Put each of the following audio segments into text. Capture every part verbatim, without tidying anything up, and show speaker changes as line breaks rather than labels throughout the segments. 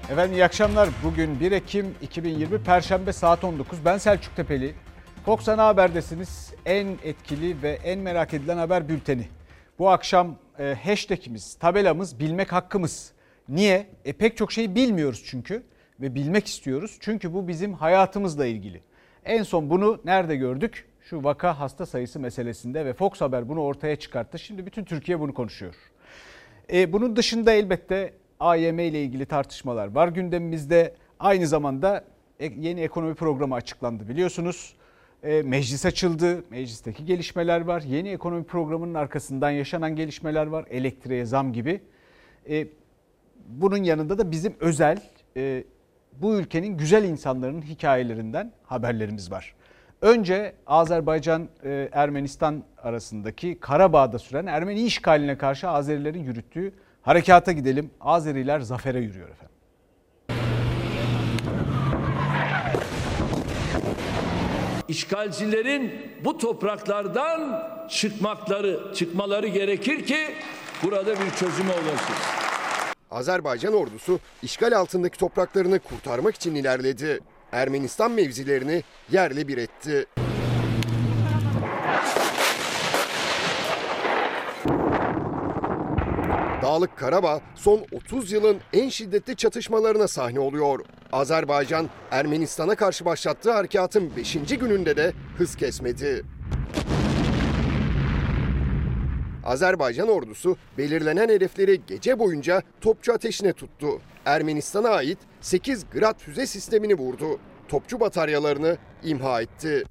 Efendim iyi akşamlar. Bugün bir Ekim iki bin yirmi Perşembe saat on dokuz. Ben Selçuk Tepeli. Fox Ana Haber'desiniz. En etkili ve en merak edilen haber bülteni. Bu akşam e, hashtagimiz, tabelamız bilmek hakkımız. Niye? E, pek çok şeyi bilmiyoruz çünkü ve bilmek istiyoruz. Çünkü bu bizim hayatımızla ilgili. En son bunu nerede gördük? Şu vaka hasta sayısı meselesinde ve Fox Haber bunu ortaya çıkarttı. Şimdi bütün Türkiye bunu konuşuyor. E, bunun dışında elbette A Y M ile ilgili tartışmalar var gündemimizde. Aynı zamanda yeni ekonomi programı açıklandı biliyorsunuz. E, meclis açıldı, meclisteki gelişmeler var. Yeni ekonomi programının arkasından yaşanan gelişmeler var. Elektriğe zam gibi. E, bunun yanında da bizim özel, e, bu ülkenin güzel insanların hikayelerinden haberlerimiz var. Önce Azerbaycan-Ermenistan arasındaki Karabağ'da süren Ermeni işgaline karşı Azerilerin yürüttüğü harekata gidelim. Azeriler zafere yürüyor efendim.
İşgalcilerin bu topraklardan çıkmakları, çıkmaları gerekir ki burada bir çözüme ulaşır.
Azerbaycan ordusu işgal altındaki topraklarını kurtarmak için ilerledi. Ermenistan mevzilerini yerle bir etti. Dağlık Karabağ son otuz yılın en şiddetli çatışmalarına sahne oluyor. Azerbaycan, Ermenistan'a karşı başlattığı harekatın beşinci gününde de hız kesmedi. Azerbaycan ordusu belirlenen hedefleri gece boyunca topçu ateşine tuttu. Ermenistan'a ait sekiz Grad füze sistemini vurdu. Topçu bataryalarını imha etti.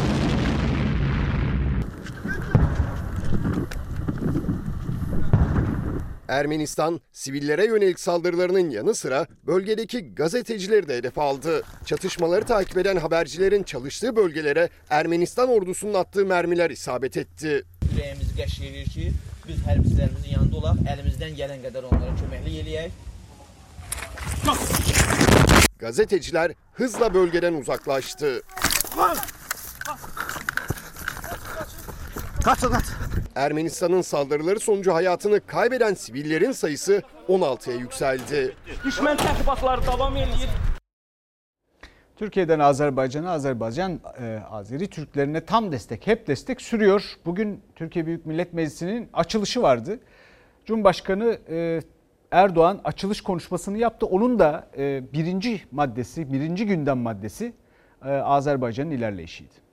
Ermenistan, sivillere yönelik saldırılarının yanı sıra bölgedeki gazetecileri de hedef aldı. Çatışmaları takip eden habercilerin çalıştığı bölgelere Ermenistan ordusunun attığı mermiler isabet etti.
Ürəyimizi qəşləyirik ki, biz hərbçilərimizin yanında olaq, əlimizdən gələn qədər onlara köməklik eləyək.
Gazeteciler hızla bölgeden uzaklaştı.
Kaçın kaç.
Ermenistan'ın saldırıları sonucu hayatını kaybeden sivillerin sayısı on altıya yükseldi.
Düşmən təxribatları davam edir.
Türkiye'den Azerbaycan'a, Azerbaycan e, Azeri Türklerine tam destek, hep destek sürüyor. Bugün Türkiye Büyük Millet Meclisi'nin açılışı vardı. Cumhurbaşkanı e, Erdoğan açılış konuşmasını yaptı. Onun da e, birinci maddesi, birinci gündem maddesi e, Azerbaycan'ın ilerleyişiydi.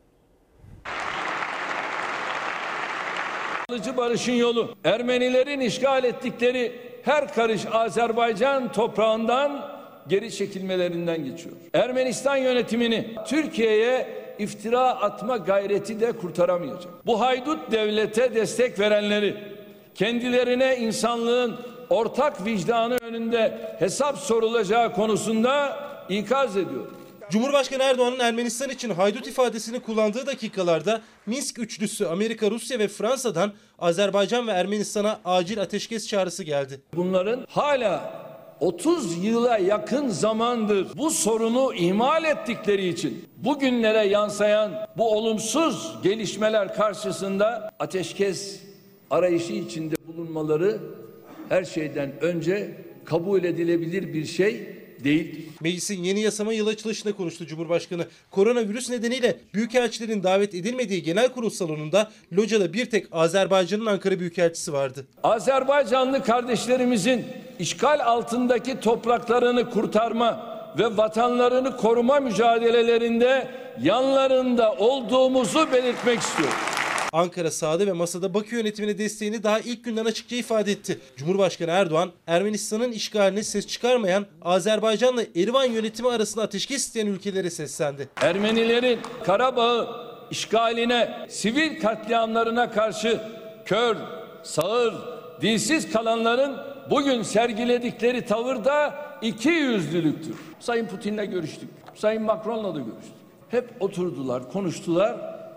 Kalıcı barışın yolu, Ermenilerin işgal ettikleri her karış Azerbaycan toprağından geri çekilmelerinden geçiyor. Ermenistan yönetimini Türkiye'ye iftira atma gayreti de kurtaramayacak. Bu haydut devlete destek verenleri kendilerine insanlığın ortak vicdanı önünde hesap sorulacağı konusunda ikaz ediyor.
Cumhurbaşkanı Erdoğan'ın Ermenistan için haydut ifadesini kullandığı dakikalarda Minsk üçlüsü Amerika, Rusya ve Fransa'dan Azerbaycan ve Ermenistan'a acil ateşkes çağrısı geldi.
Bunların hala otuz yıla yakın zamandır bu sorunu ihmal ettikleri için bugünlere yansıyan bu olumsuz gelişmeler karşısında ateşkes arayışı içinde bulunmaları her şeyden önce kabul edilebilir bir şey değil.
Meclisin yeni yasama yıl açılışında konuştu Cumhurbaşkanı. Koronavirüs nedeniyle büyükelçilerin davet edilmediği genel kurul salonunda locada bir tek Azerbaycan'ın Ankara Büyükelçisi vardı.
Azerbaycanlı kardeşlerimizin işgal altındaki topraklarını kurtarma ve vatanlarını koruma mücadelelerinde yanlarında olduğumuzu belirtmek istiyorum.
Ankara sahada ve masada Bakü yönetimine desteğini daha ilk günden açıkça ifade etti. Cumhurbaşkanı Erdoğan, Ermenistan'ın işgaline ses çıkarmayan Azerbaycan'la Erivan yönetimi arasında ateşkes isteyen ülkelere seslendi.
Ermenilerin Karabağ'ı işgaline, sivil katliamlarına karşı kör, sağır, dilsiz kalanların bugün sergiledikleri tavır da iki yüzlülüktür. Sayın Putin'le görüştük, Sayın Macron'la da görüştük. Hep oturdular, konuştular,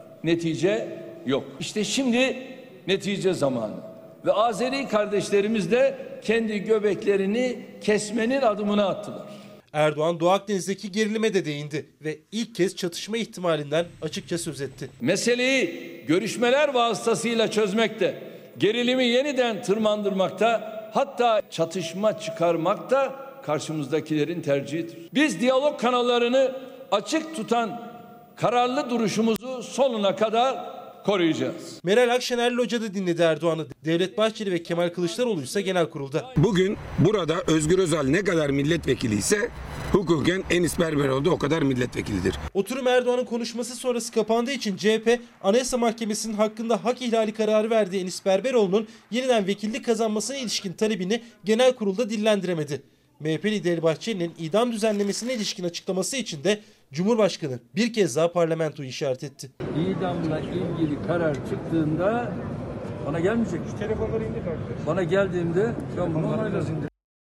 netice yok. İşte şimdi netice zamanı. Ve Azeri kardeşlerimiz de kendi göbeklerini kesmenin adımını attılar.
Erdoğan Doğu Akdeniz'deki gerilime de değindi ve ilk kez çatışma ihtimalinden açıkça söz etti.
Meseleyi görüşmeler vasıtasıyla çözmekte, gerilimi yeniden tırmandırmakta, hatta çatışma çıkarmakta karşımızdakilerin tercihidir. Biz diyalog kanallarını açık tutan kararlı duruşumuzu sonuna kadar koruyacağız.
Meral Akşener locada dinledi Erdoğan'ı. Devlet Bahçeli ve Kemal Kılıçdaroğlu ise genel kurulda.
Bugün burada Özgür Özel ne kadar milletvekili ise hukuken Enis Berberoğlu da o kadar milletvekilidir.
Oturum Erdoğan'ın konuşması sonrası kapandığı için C H P, Anayasa Mahkemesi'nin hakkında hak ihlali kararı verdiği Enis Berberoğlu'nun yeniden vekillik kazanmasına ilişkin talebini genel kurulda dillendiremedi. M H P lideri Bahçeli'nin idam düzenlemesine ilişkin açıklaması için de Cumhurbaşkanı bir kez daha parlamentoyu işaret etti.
İdamla ilgili karar çıktığında bana gelmeyecek. Şu telefonları indir arkadaşlar. Bana geldiğinde ben bunu onaylarım.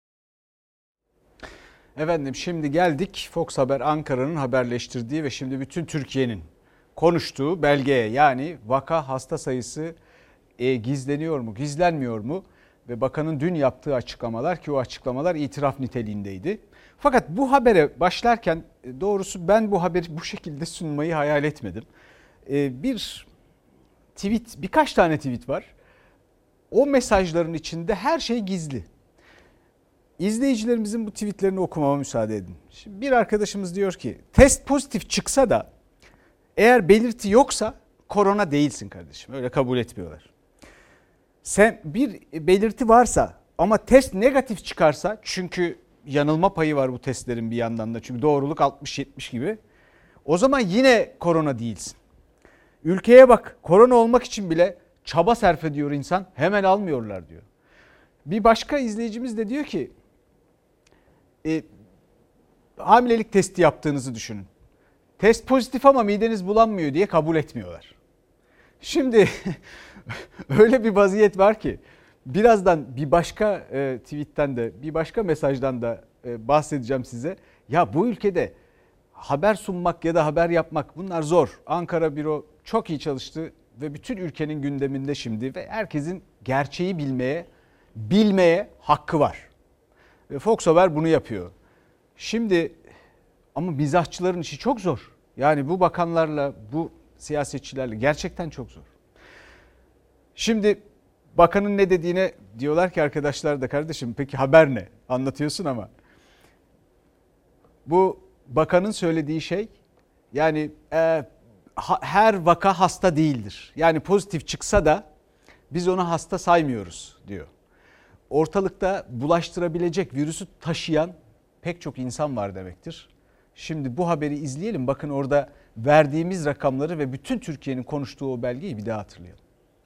Efendim şimdi geldik Fox Haber Ankara'nın haberleştirdiği ve şimdi bütün Türkiye'nin konuştuğu belgeye, yani vaka hasta sayısı e, gizleniyor mu gizlenmiyor mu ve bakanın dün yaptığı açıklamalar, ki o açıklamalar itiraf niteliğindeydi. Fakat bu habere başlarken doğrusu ben bu haberi bu şekilde sunmayı hayal etmedim. E, bir tweet, birkaç tane tweet var. O mesajların içinde her şey gizli. İzleyicilerimizin bu tweetlerini okumama müsaade edin. Şimdi bir arkadaşımız diyor ki test pozitif çıksa da eğer belirti yoksa korona değilsin kardeşim. Öyle kabul etmiyorlar. Sen bir belirti varsa ama test negatif çıkarsa, çünkü yanılma payı var bu testlerin bir yandan da, çünkü doğruluk altmış yetmiş gibi, o zaman yine korona değilsin. Ülkeye bak, korona olmak için bile çaba sarf ediyor insan, hemen almıyorlar diyor. Bir başka izleyicimiz de diyor ki e, hamilelik testi yaptığınızı düşünün. Test pozitif ama mideniz bulanmıyor diye kabul etmiyorlar. Şimdi öyle bir vaziyet var ki birazdan bir başka e, tweetten de bir başka mesajdan da e, bahsedeceğim size. Ya bu ülkede haber sunmak ya da haber yapmak, bunlar zor. Ankara Büro çok iyi çalıştı ve bütün ülkenin gündeminde şimdi ve herkesin gerçeği bilmeye, bilmeye hakkı var. Ve Fox Haber bunu yapıyor. Şimdi ama mizahçıların işi çok zor. Yani bu bakanlarla, bu siyasetçilerle gerçekten çok zor. Şimdi bakanın ne dediğine diyorlar ki arkadaşlar da, kardeşim peki haber ne? Anlatıyorsun ama. Bu bakanın söylediği şey, yani e, ha, her vaka hasta değildir. Yani pozitif çıksa da biz onu hasta saymıyoruz diyor. Ortalıkta bulaştırabilecek virüsü taşıyan pek çok insan var demektir. Şimdi bu haberi izleyelim. Bakın orada verdiğimiz rakamları ve bütün Türkiye'nin konuştuğu o belgeyi bir daha hatırlayalım.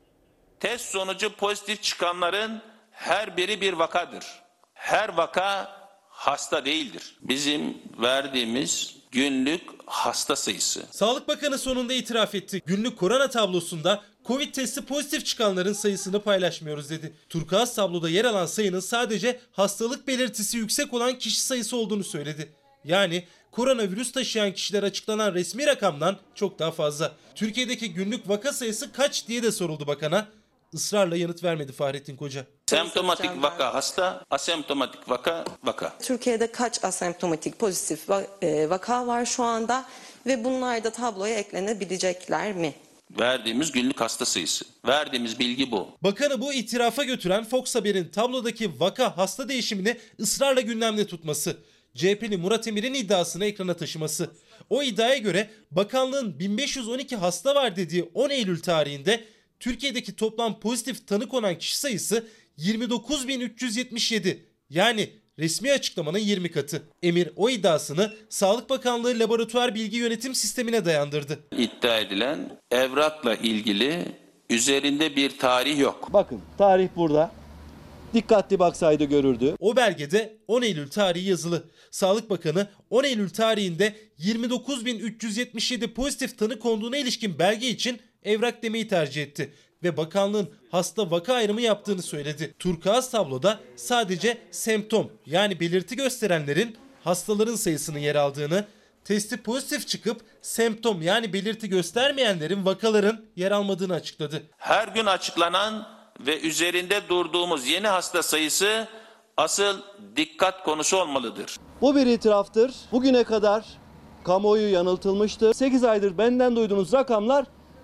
Test sonucu pozitif çıkanların her biri bir vakadır. Her vaka hasta değildir. Bizim verdiğimiz günlük hasta sayısı.
Sağlık Bakanı sonunda itiraf etti. Günlük korona tablosunda Covid testi pozitif çıkanların sayısını paylaşmıyoruz dedi. Turkuaz tabloda yer alan sayının sadece hastalık belirtisi yüksek olan kişi sayısı olduğunu söyledi. Yani koronavirüs taşıyan kişiler açıklanan resmi rakamdan çok daha fazla. Türkiye'deki günlük vaka sayısı kaç diye de soruldu bakana. Israrla yanıt vermedi Fahrettin Koca.
Semptomatik vaka hasta, asemptomatik vaka vaka.
Türkiye'de kaç asemptomatik pozitif vaka var şu anda ve bunlar da tabloya eklenebilecekler mi?
Verdiğimiz günlük hasta sayısı. Verdiğimiz bilgi bu.
Bakanı bu itirafa götüren Fox Haber'in tablodaki vaka hasta değişimini ısrarla gündemde tutması. C H P'li Murat Emir'in iddiasını ekrana taşıması. O iddiaya göre bakanlığın bin beş yüz on iki hasta var dediği on Eylül tarihinde Türkiye'deki toplam pozitif tanı konan kişi sayısı yirmi dokuz bin üç yüz yetmiş yedi. Yani resmi açıklamanın yirmi katı. Emir o iddiasını Sağlık Bakanlığı Laboratuvar Bilgi Yönetim Sistemi'ne dayandırdı.
İddia edilen evrakla ilgili üzerinde bir tarih yok.
Bakın tarih burada. Dikkatli baksaydı görürdü.
O belgede on Eylül tarihi yazılı. Sağlık Bakanı on Eylül tarihinde yirmi dokuz bin üç yüz yetmiş yedi pozitif tanı konduğuna ilişkin belge için evrak demeyi tercih etti ve bakanlığın hasta vaka ayrımı yaptığını söyledi. Turkuaz tabloda sadece semptom, yani belirti gösterenlerin hastaların sayısının yer aldığını, testi pozitif çıkıp semptom yani belirti göstermeyenlerin vakaların yer almadığını açıkladı.
Her gün açıklanan ve üzerinde durduğumuz yeni hasta sayısı asıl dikkat konusu olmalıdır.
Bu bir itiraftır. Bugüne kadar kamuoyu yanıltılmıştı. sekiz aydır benden duyduğunuz rakamlar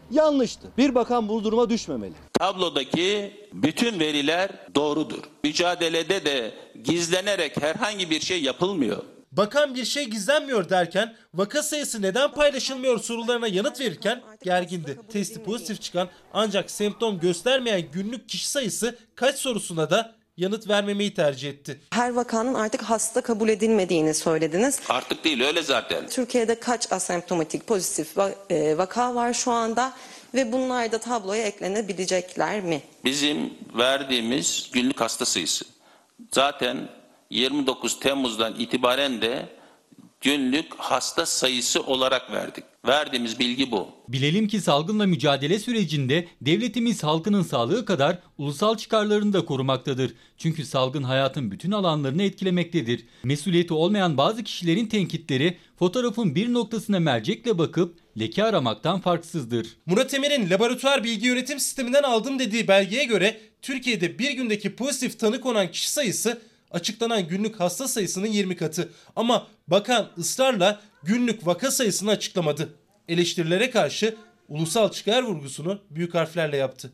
yanlıştı. Bir bakan bu duruma düşmemeli.
Tablodaki bütün veriler doğrudur. Mücadelede de gizlenerek herhangi bir şey yapılmıyor.
Bakan bir şey gizlenmiyor derken vaka sayısı neden paylaşılmıyor sorularına yanıt verirken gergindi. Testi pozitif çıkan ancak semptom göstermeyen günlük kişi sayısı kaç sorusuna da yanıt vermemeyi tercih etti.
Her vakanın artık hasta kabul edilmediğini söylediniz.
Artık değil, öyle zaten.
Türkiye'de kaç asemptomatik pozitif vaka var şu anda ve bunlar da tabloya eklenebilecekler mi?
Bizim verdiğimiz günlük hasta sayısı. Zaten yirmi dokuz Temmuz'dan itibaren de günlük hasta sayısı olarak verdik. Verdiğimiz bilgi bu.
Bilelim ki salgınla mücadele sürecinde devletimiz halkının sağlığı kadar ulusal çıkarlarını da korumaktadır. Çünkü salgın hayatın bütün alanlarını etkilemektedir. Mesuliyeti olmayan bazı kişilerin tenkitleri fotoğrafın bir noktasına mercekle bakıp leke aramaktan farksızdır.
Murat Emir'in laboratuvar bilgi yönetim sisteminden aldım dediği belgeye göre Türkiye'de bir gündeki pozitif tanı konan kişi sayısı açıklanan günlük hasta sayısının yirmi katı. Ama bakan ısrarla günlük vaka sayısını açıklamadı. Eleştirilere karşı ulusal çıkar vurgusunu büyük harflerle yaptı.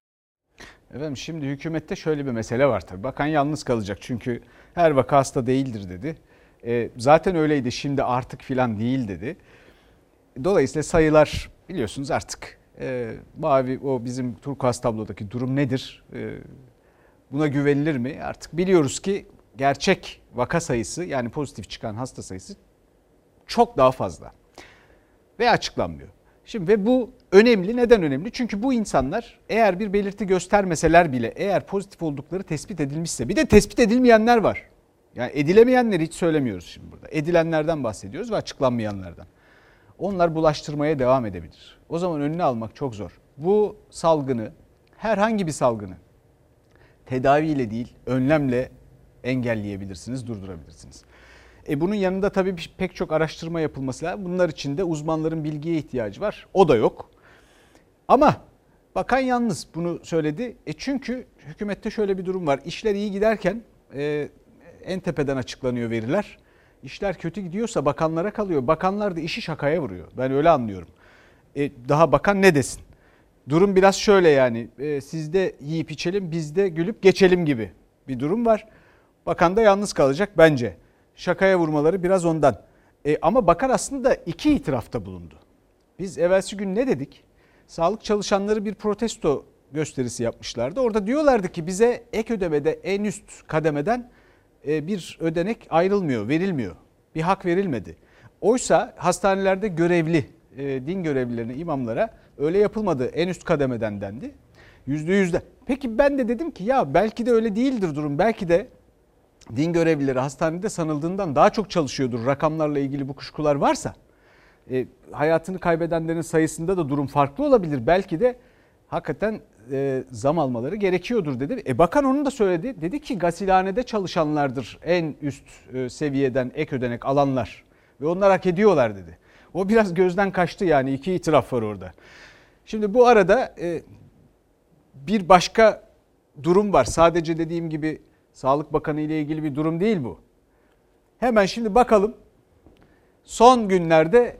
Efendim şimdi hükümette şöyle bir mesele var tabii. Bakan yalnız kalacak çünkü her vaka hasta değildir dedi. E, zaten öyleydi, şimdi artık filan değil dedi. Dolayısıyla sayılar biliyorsunuz artık e, mavi o bizim turkuaz tablodaki durum nedir? E, buna güvenilir mi? Artık biliyoruz ki gerçek vaka sayısı, yani pozitif çıkan hasta sayısı çok daha fazla ve açıklanmıyor. Şimdi ve bu önemli. Neden önemli? Çünkü bu insanlar eğer bir belirti göstermeseler bile eğer pozitif oldukları tespit edilmişse, bir de tespit edilmeyenler var. Yani edilemeyenleri hiç söylemiyoruz şimdi burada. Edilenlerden bahsediyoruz ve açıklanmayanlardan. Onlar bulaştırmaya devam edebilir. O zaman önüne almak çok zor. Bu salgını, herhangi bir salgını tedaviyle değil, önlemle engelleyebilirsiniz, durdurabilirsiniz. E bunun yanında tabii pek çok araştırma yapılması lazım. Bunlar için de uzmanların bilgiye ihtiyacı var. O da yok. Ama bakan yalnız bunu söyledi. E çünkü hükümette şöyle bir durum var. İşler iyi giderken e, en tepeden açıklanıyor veriler. İşler kötü gidiyorsa bakanlara kalıyor. Bakanlar da işi şakaya vuruyor. Ben öyle anlıyorum. E, daha bakan ne desin? Durum biraz şöyle yani. E, sizde yiyip içelim, bizde gülüp geçelim gibi bir durum var. Bakan da yalnız kalacak bence. Şakaya vurmaları biraz ondan. E, ama bakan aslında iki itirafta bulundu. Biz evvelsi gün ne dedik? Sağlık çalışanları bir protesto gösterisi yapmışlardı. Orada diyorlardı ki bize ek ödemede en üst kademeden e, bir ödenek ayrılmıyor, verilmiyor. Bir hak verilmedi. Oysa hastanelerde görevli, e, din görevlilerine, imamlara öyle yapılmadı. En üst kademeden dendi. Yüzde yüzde. Peki ben de dedim ki ya belki de öyle değildir durum. Belki de din görevlileri hastanede sanıldığından daha çok çalışıyordur. Rakamlarla ilgili bu kuşkular varsa e, hayatını kaybedenlerin sayısında da durum farklı olabilir. Belki de hakikaten e, zam almaları gerekiyordur dedi. E, bakan onu da söyledi. Dedi ki gasilhanede çalışanlardır en üst e, seviyeden ek ödenek alanlar ve onlar hak ediyorlar dedi. O biraz gözden kaçtı, yani iki itiraf var orada. Şimdi bu arada e, bir başka durum var. Sadece dediğim gibi Sağlık Bakanı ile ilgili bir durum değil bu. Hemen şimdi bakalım son günlerde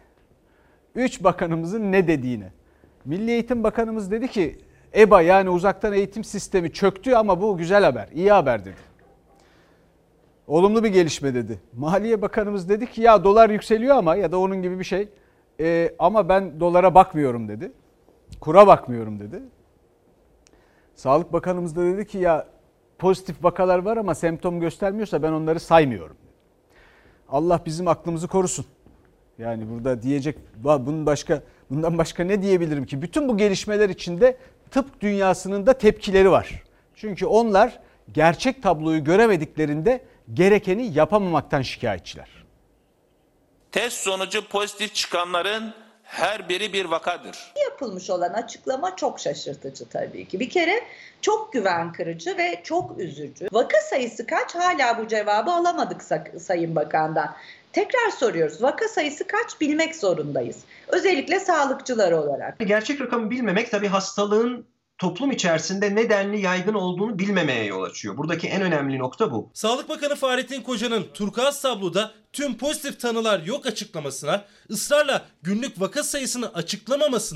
üç bakanımızın ne dediğine. Milli Eğitim Bakanımız dedi ki E B A yani uzaktan eğitim sistemi çöktü ama bu güzel haber, iyi haber dedi. Olumlu bir gelişme dedi. Maliye Bakanımız dedi ki ya dolar yükseliyor ama ya da onun gibi bir şey e, ama ben dolara bakmıyorum dedi. Kura bakmıyorum dedi. Sağlık Bakanımız da dedi ki ya pozitif vakalar var ama semptom göstermiyorsa ben onları saymıyorum. Allah bizim aklımızı korusun. Yani burada diyecek bunun başka bundan başka ne diyebilirim ki? Bütün bu gelişmeler içinde tıp dünyasının da tepkileri var. Çünkü onlar gerçek tabloyu göremediklerinde gerekeni yapamamaktan şikayetçiler.
Test sonucu pozitif çıkanların her biri bir vakadır.
Yapılmış olan açıklama çok şaşırtıcı tabii ki. Bir kere çok güven kırıcı ve çok üzücü. Vaka sayısı kaç? Hala bu cevabı alamadık Sayın Bakan'dan. Tekrar soruyoruz. Vaka sayısı kaç bilmek zorundayız. Özellikle sağlıkçılar olarak.
Gerçek rakamı bilmemek tabii hastalığın toplum içerisinde nedenli yaygın olduğunu bilmemeye yol açıyor. Buradaki en önemli nokta bu.
Sağlık Bakanı Fahrettin Koca'nın turkuaz tabloda tüm pozitif tanılar yok açıklamasına, ısrarla günlük vaka sayısını açıklamamasına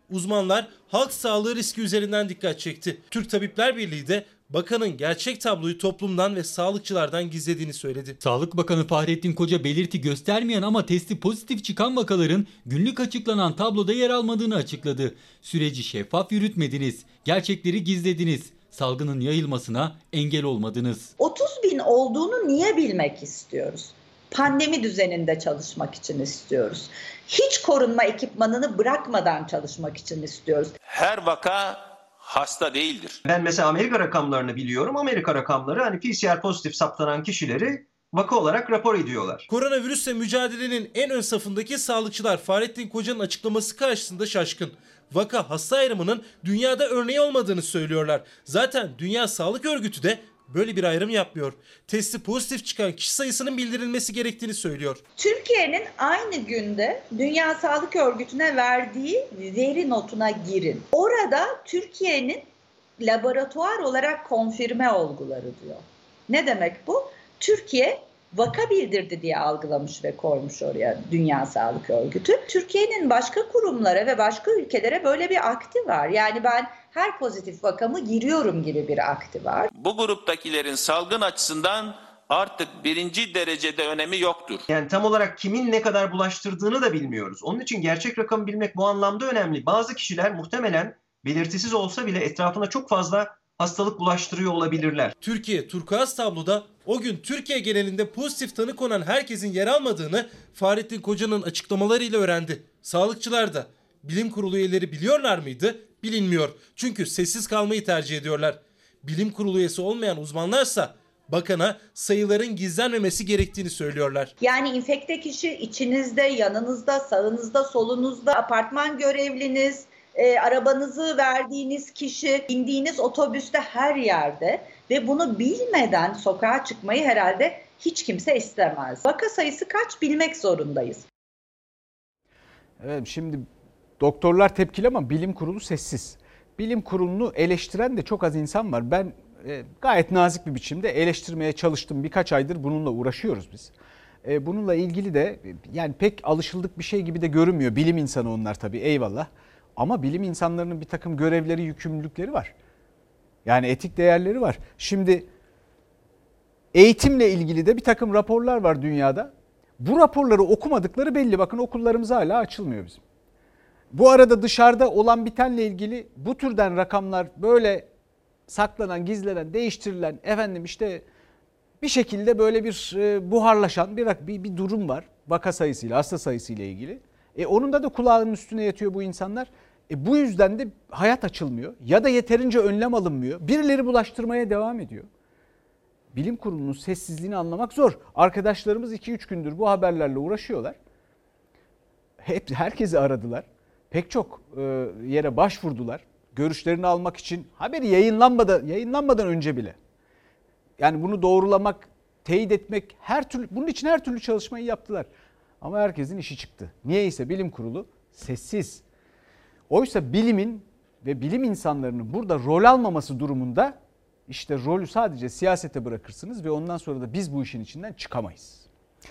Uzmanlar halk sağlığı riski üzerinden dikkat çekti. Türk Tabipler Birliği de bakanın gerçek tabloyu toplumdan ve sağlıkçılardan gizlediğini söyledi.
Sağlık Bakanı Fahrettin Koca belirti göstermeyen ama testi pozitif çıkan vakaların günlük açıklanan tabloda yer almadığını açıkladı. Süreci şeffaf yürütmediniz, gerçekleri gizlediniz, salgının yayılmasına engel olmadınız.
otuz bin olduğunu niye bilmek istiyoruz? Pandemi düzeninde çalışmak için istiyoruz. Hiç korunma ekipmanını bırakmadan çalışmak için istiyoruz.
Her vaka hasta değildir.
Ben mesela Amerika rakamlarını biliyorum. Amerika rakamları hani P C R pozitif saptanan kişileri vaka olarak rapor ediyorlar.
Koronavirüsle mücadelenin en ön safındaki sağlıkçılar Fahrettin Koca'nın açıklaması karşısında şaşkın. Vaka hasta ayrımının dünyada örneği olmadığını söylüyorlar. Zaten Dünya Sağlık Örgütü de böyle bir ayrım yapmıyor. Testi pozitif çıkan kişi sayısının bildirilmesi gerektiğini söylüyor.
Türkiye'nin aynı günde Dünya Sağlık Örgütü'ne verdiği veri notuna girin. Orada Türkiye'nin laboratuvar olarak konfirme olguları diyor. Ne demek bu? Türkiye vaka bildirdi diye algılamış ve koymuş oraya Dünya Sağlık Örgütü. Türkiye'nin başka kurumlara ve başka ülkelere böyle bir akti var. Yani ben her pozitif vakamı giriyorum gibi bir akti var.
Bu gruptakilerin salgın açısından artık birinci derecede önemi yoktur.
Yani tam olarak kimin ne kadar bulaştırdığını da bilmiyoruz. Onun için gerçek rakamı bilmek bu anlamda önemli. Bazı kişiler muhtemelen belirtisiz olsa bile etrafına çok fazla hastalık bulaştırıyor olabilirler.
Türkiye turkuaz tabloda o gün Türkiye genelinde pozitif tanı konan herkesin yer almadığını Fahrettin Koca'nın açıklamalarıyla öğrendi. Sağlıkçılar da bilim kurulu üyeleri biliyorlar mıydı? Bilinmiyor. Çünkü sessiz kalmayı tercih ediyorlar. Bilim kurulu üyesi olmayan uzmanlarsa bakana sayıların gizlenmemesi gerektiğini söylüyorlar.
Yani infekte kişi içinizde, yanınızda, sağınızda, solunuzda, apartman görevliniz, e, arabanızı verdiğiniz kişi, indiğiniz otobüste, her yerde ve bunu bilmeden sokağa çıkmayı herhalde hiç kimse istemez. Vaka sayısı kaç bilmek zorundayız.
Evet, şimdi doktorlar tepkili ama bilim kurulu sessiz. Bilim kurulunu eleştiren de çok az insan var. Ben e, gayet nazik bir biçimde eleştirmeye çalıştım. Birkaç aydır bununla uğraşıyoruz biz. E, bununla ilgili de yani pek alışıldık bir şey gibi de görünmüyor. Bilim insanı onlar tabii, eyvallah. Ama bilim insanlarının bir takım görevleri, yükümlülükleri var. Yani etik değerleri var. Şimdi eğitimle ilgili de bir takım raporlar var dünyada. Bu raporları okumadıkları belli. Bakın okullarımız hala açılmıyor bizim. Bu arada dışarıda olan bitenle ilgili bu türden rakamlar böyle saklanan, gizlenen, değiştirilen, efendim işte bir şekilde böyle bir buharlaşan bir, bir, bir durum var. Vaka sayısıyla, hasta sayısıyla ilgili. E onun da da kulağının üstüne yatıyor bu insanlar. E bu yüzden de hayat açılmıyor ya da yeterince önlem alınmıyor. Birileri bulaştırmaya devam ediyor. Bilim kurulunun sessizliğini anlamak zor. Arkadaşlarımız iki üç gündür bu haberlerle uğraşıyorlar. Hep herkesi aradılar. Pek çok yere başvurdular. Görüşlerini almak için haberi yayınlanmadan yayınlanmadan önce bile. Yani bunu doğrulamak, teyit etmek, her türlü bunun için her türlü çalışmayı yaptılar. Ama herkesin işi çıktı. Niyeyse bilim kurulu sessiz. Oysa bilimin ve bilim insanlarının burada rol almaması durumunda işte rolü sadece siyasete bırakırsınız ve ondan sonra da biz bu işin içinden çıkamayız.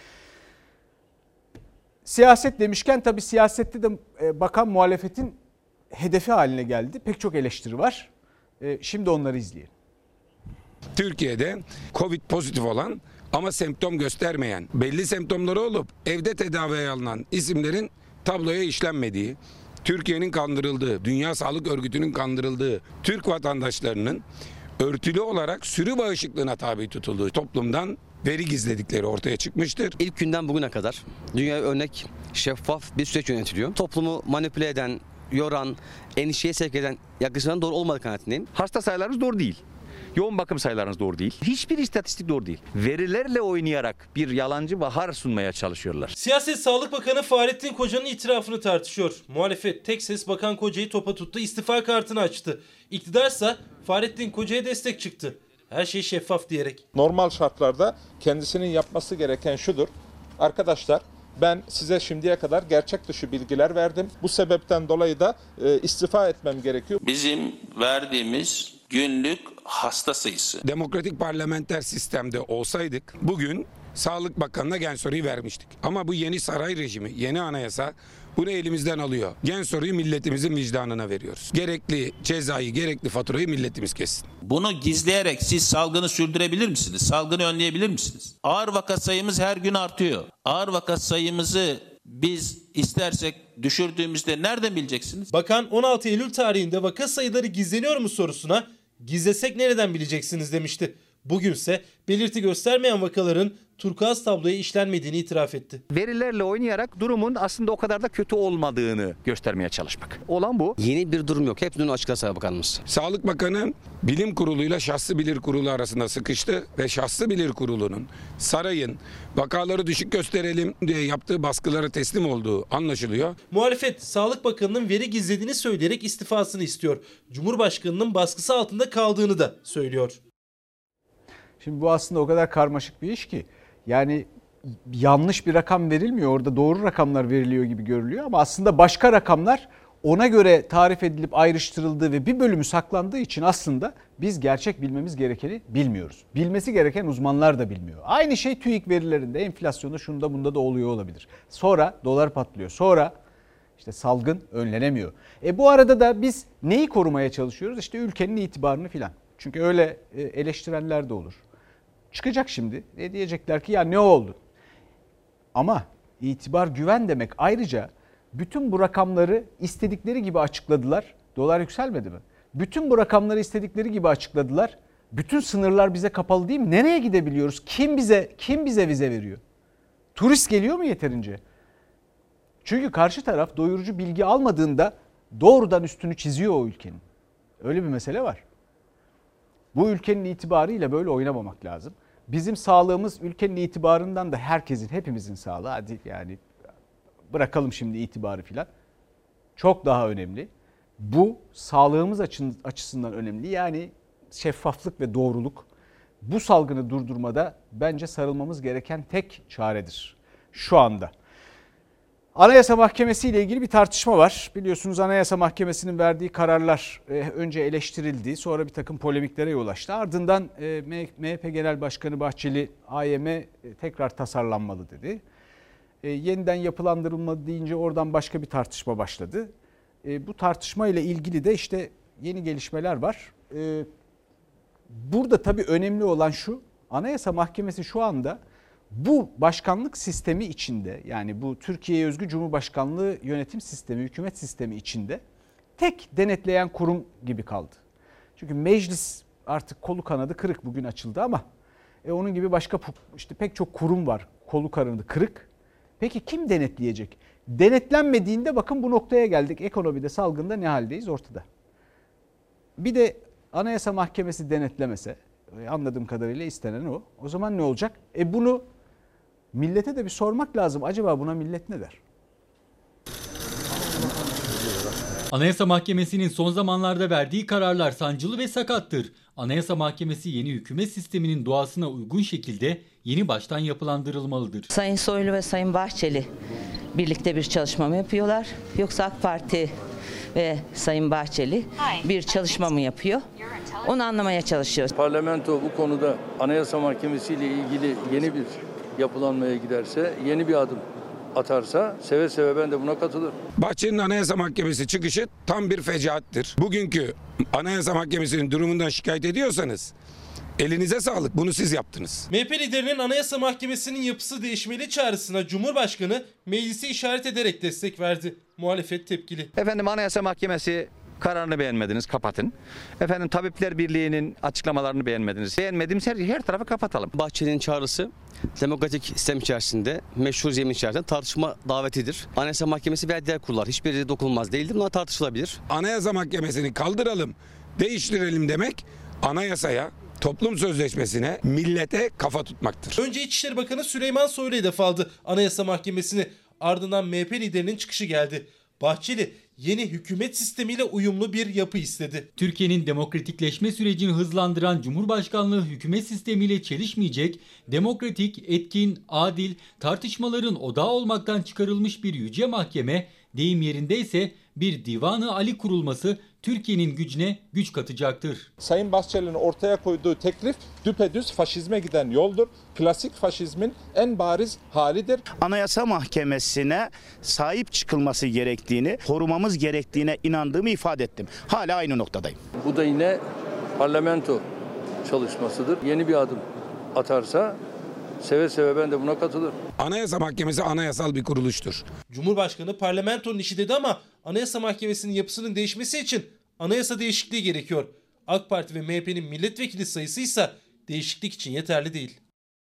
Siyaset demişken tabii siyasette de bakan muhalefetin hedefi haline geldi. Pek çok eleştiri var. Şimdi onları izleyelim.
Türkiye'de Covid pozitif olan ama semptom göstermeyen, belli semptomları olup evde tedaviye alınan isimlerin tabloya işlenmediği, Türkiye'nin kandırıldığı, Dünya Sağlık Örgütü'nün kandırıldığı, Türk vatandaşlarının örtülü olarak sürü bağışıklığına tabi tutulduğu toplumdan veri gizledikleri ortaya çıkmıştır.
İlk günden bugüne kadar dünyaya örnek şeffaf bir süreç yönetiliyor. Toplumu manipüle eden, yoran, endişeye sevk eden yaklaşımların doğru olmadığı kanaatindeyim.
Hasta sayılarımız doğru değil. Yoğun bakım sayılarınız doğru değil. Hiçbir istatistik doğru değil. Verilerle oynayarak bir yalancı bahar sunmaya çalışıyorlar.
Siyaset Sağlık Bakanı Fahrettin Koca'nın itirafını tartışıyor. Muhalefet tek ses Bakan Koca'yı topa tuttu, istifa kartını açtı. İktidarsa Fahrettin Koca'ya destek çıktı. Her şey şeffaf diyerek.
Normal şartlarda kendisinin yapması gereken şudur. Arkadaşlar, ben size şimdiye kadar gerçek dışı bilgiler verdim. Bu sebepten dolayı da e, istifa etmem gerekiyor.
Bizim verdiğimiz günlük hasta sayısı.
Demokratik parlamenter sistemde olsaydık bugün Sağlık Bakanı'na gen soruyu vermiştik. Ama bu yeni saray rejimi, yeni anayasa bunu elimizden alıyor. Gen soruyu milletimizin vicdanına veriyoruz. Gerekli cezayı, gerekli faturayı milletimiz kessin.
Bunu gizleyerek siz salgını sürdürebilir misiniz? Salgını önleyebilir misiniz? Ağır vaka sayımız her gün artıyor. Ağır vaka sayımızı biz istersek düşürdüğümüzde nereden bileceksiniz?
Bakan on altı Eylül tarihinde vaka sayıları gizleniyor mu sorusuna gizlesek nereden bileceksiniz demişti. Bugünse belirti göstermeyen vakaların turkuaz tabloya işlenmediğini itiraf etti.
Verilerle oynayarak durumun aslında o kadar da kötü olmadığını göstermeye çalışmak. Olan bu.
Yeni bir durum yok. Hep dün açıkladı Bakanımız.
Sağlık Bakanı bilim kuruluyla şahsı bilir kurulu arasında sıkıştı ve şahsı bilir kurulunun sarayın vakaları düşük gösterelim diye yaptığı baskılara teslim olduğu anlaşılıyor.
Muhalefet Sağlık Bakanı'nın veri gizlediğini söyleyerek istifasını istiyor. Cumhurbaşkanının baskısı altında kaldığını da söylüyor.
Şimdi bu aslında o kadar karmaşık bir iş ki yani yanlış bir rakam verilmiyor, orada doğru rakamlar veriliyor gibi görülüyor ama aslında başka rakamlar ona göre tarif edilip ayrıştırıldığı ve bir bölümü saklandığı için aslında biz gerçek bilmemiz gerekeni bilmiyoruz. Bilmesi gereken uzmanlar da bilmiyor. Aynı şey TÜİK verilerinde, enflasyonda, şunda bunda da oluyor olabilir. Sonra dolar patlıyor, sonra işte salgın önlenemiyor. E bu arada da biz neyi korumaya çalışıyoruz? İşte ülkenin itibarını filan. Çünkü öyle eleştirenler de olur. Çıkacak şimdi ve diyecekler ki ya ne oldu? Ama itibar güven demek. Ayrıca bütün bu rakamları istedikleri gibi açıkladılar. Dolar yükselmedi mi? Bütün bu rakamları istedikleri gibi açıkladılar. Bütün sınırlar bize kapalı değil mi? Nereye gidebiliyoruz? Kim bize kim bize vize veriyor? Turist geliyor mu yeterince? Çünkü karşı taraf doyurucu bilgi almadığında doğrudan üstünü çiziyor o ülkenin. Öyle bir mesele var. Bu ülkenin itibarıyla böyle oynamamak lazım. Bizim sağlığımız ülkenin itibarından da herkesin, hepimizin sağlığı. Hadi yani bırakalım şimdi itibarı filan. Çok daha önemli. Bu sağlığımız açısından önemli. Yani şeffaflık ve doğruluk. Bu salgını durdurmada bence sarılmamız gereken tek çaredir şu anda. Anayasa Mahkemesi ile ilgili bir tartışma var. Biliyorsunuz Anayasa Mahkemesi'nin verdiği kararlar önce eleştirildi, sonra bir takım polemiklere yol açtı. Ardından M H P Genel Başkanı Bahçeli A Y M tekrar tasarlanmalı dedi. Yeniden yapılandırılmalı deyince oradan başka bir tartışma başladı. Bu tartışma ile ilgili de işte yeni gelişmeler var. Burada tabii önemli olan şu, Anayasa Mahkemesi şu anda bu başkanlık sistemi içinde, yani bu Türkiye'ye özgü Cumhurbaşkanlığı yönetim sistemi, hükümet sistemi içinde tek denetleyen kurum gibi kaldı. Çünkü meclis artık kolu kanadı kırık, bugün açıldı ama e onun gibi başka işte pek çok kurum var kolu kanadı kırık. Peki kim denetleyecek? Denetlenmediğinde bakın bu noktaya geldik. Ekonomide, salgında ne haldeyiz ortada. Bir de Anayasa Mahkemesi denetlemese, anladığım kadarıyla istenen o. O zaman ne olacak? E bunu millete de bir sormak lazım. Acaba buna millet ne der?
Anayasa Mahkemesi'nin son zamanlarda verdiği kararlar sancılı ve sakattır. Anayasa Mahkemesi yeni hükümet sisteminin doğasına uygun şekilde yeni baştan yapılandırılmalıdır.
Sayın Soylu ve Sayın Bahçeli birlikte bir çalışma mı yapıyorlar? Yoksa AK Parti ve Sayın Bahçeli bir çalışma mı yapıyor? Onu anlamaya çalışıyoruz.
Parlamento bu konuda Anayasa Mahkemesi ile ilgili yeni bir yapılanmaya giderse, yeni bir adım atarsa seve seve ben de buna katılırım.
Bahçeli'nin Anayasa Mahkemesi çıkışı tam bir fecaattir. Bugünkü Anayasa Mahkemesi'nin durumundan şikayet ediyorsanız elinize sağlık, bunu siz yaptınız.
M H P liderinin Anayasa Mahkemesi'nin yapısı değişmeli çağrısına Cumhurbaşkanı meclisi işaret ederek destek verdi. Muhalefet tepkili.
Efendim Anayasa Mahkemesi kararını beğenmediniz, kapatın. Efendim Tabipler Birliği'nin açıklamalarını beğenmediniz. Beğenmediğimiz her, her tarafı kapatalım.
Bahçeli'nin çağrısı demokratik sistem içerisinde, meşru zemin içerisinde tartışma davetidir. Anayasa Mahkemesi ve diğer kurullar hiçbiri dokunulmaz değildir. Bunlar tartışılabilir.
Anayasa Mahkemesi'ni kaldıralım, değiştirelim demek anayasaya, toplum sözleşmesine, millete kafa tutmaktır.
Önce İçişleri Bakanı Süleyman Soylu hedef aldı Anayasa Mahkemesi'ni. Ardından M H P liderinin çıkışı geldi. Bahçeli yeni hükümet sistemiyle uyumlu bir yapı istedi.
Türkiye'nin demokratikleşme sürecini hızlandıran Cumhurbaşkanlığı hükümet sistemiyle çelişmeyecek, demokratik, etkin, adil, tartışmaların odağı olmaktan çıkarılmış bir yüce mahkeme, deyim yerindeyse bir divanı Ali kurulması Türkiye'nin gücüne güç katacaktır.
Sayın Bahçeli'nin ortaya koyduğu teklif düpedüz faşizme giden yoldur. Klasik faşizmin en bariz halidir.
Anayasa Mahkemesi'ne sahip çıkılması gerektiğini, korumamız gerektiğine inandığımı ifade ettim. Hala aynı noktadayım.
Bu da yine parlamento çalışmasıdır. Yeni bir adım atarsa seve seve ben de buna katılırım.
Anayasa Mahkemesi anayasal bir kuruluştur.
Cumhurbaşkanı parlamentonun işi dedi ama Anayasa Mahkemesi'nin yapısının değişmesi için anayasa değişikliği gerekiyor. AK Parti ve M H P'nin milletvekili sayısı ise değişiklik için yeterli değil.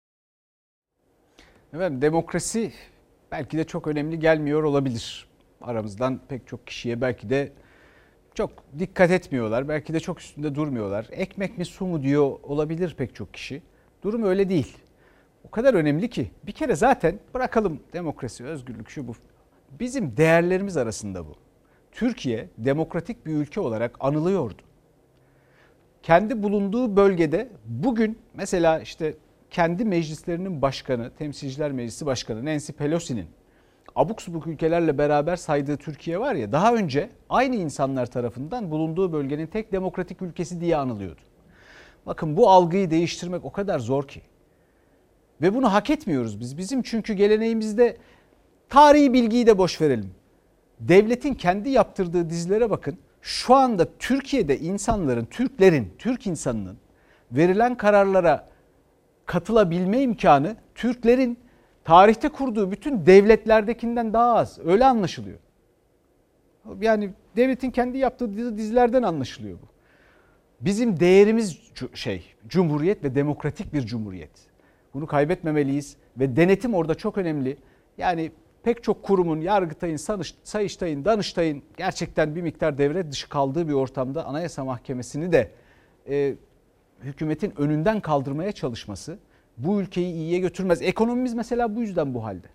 Evet, demokrasi belki de çok önemli gelmiyor olabilir. Aramızdan pek çok kişiye belki de çok dikkat etmiyorlar. Belki de çok üstünde durmuyorlar. Ekmek mi su mu diyor olabilir pek çok kişi. Durum öyle değil. O kadar önemli ki bir kere zaten bırakalım demokrasi, özgürlük şu bu. Bizim değerlerimiz arasında bu. Türkiye demokratik bir ülke olarak anılıyordu. Kendi bulunduğu bölgede bugün mesela işte kendi meclislerinin başkanı, Temsilciler Meclisi Başkanı Nancy Pelosi'nin abuk subuk ülkelerle beraber saydığı Türkiye var ya, daha önce aynı insanlar tarafından bulunduğu bölgenin tek demokratik ülkesi diye anılıyordu. Bakın, bu algıyı değiştirmek o kadar zor ki. Ve bunu hak etmiyoruz biz. Bizim çünkü geleneğimizde, tarihi bilgiyi de boş verelim. Devletin kendi yaptırdığı dizilere bakın. Şu anda Türkiye'de insanların, Türklerin, Türk insanının verilen kararlara katılabilme imkanı Türklerin tarihte kurduğu bütün devletlerdekinden daha az. Öyle anlaşılıyor. Yani devletin kendi yaptığı dizilerden anlaşılıyor bu. Bizim değerimiz şey, cumhuriyet ve demokratik bir cumhuriyet. Bunu kaybetmemeliyiz ve denetim orada çok önemli. Yani pek çok kurumun, Yargıtay'ın, Sayıştay'ın, Danıştay'ın gerçekten bir miktar devre dışı kaldığı bir ortamda Anayasa Mahkemesi'ni de e, hükümetin önünden kaldırmaya çalışması bu ülkeyi iyiye götürmez. Ekonomimiz mesela bu yüzden bu halde.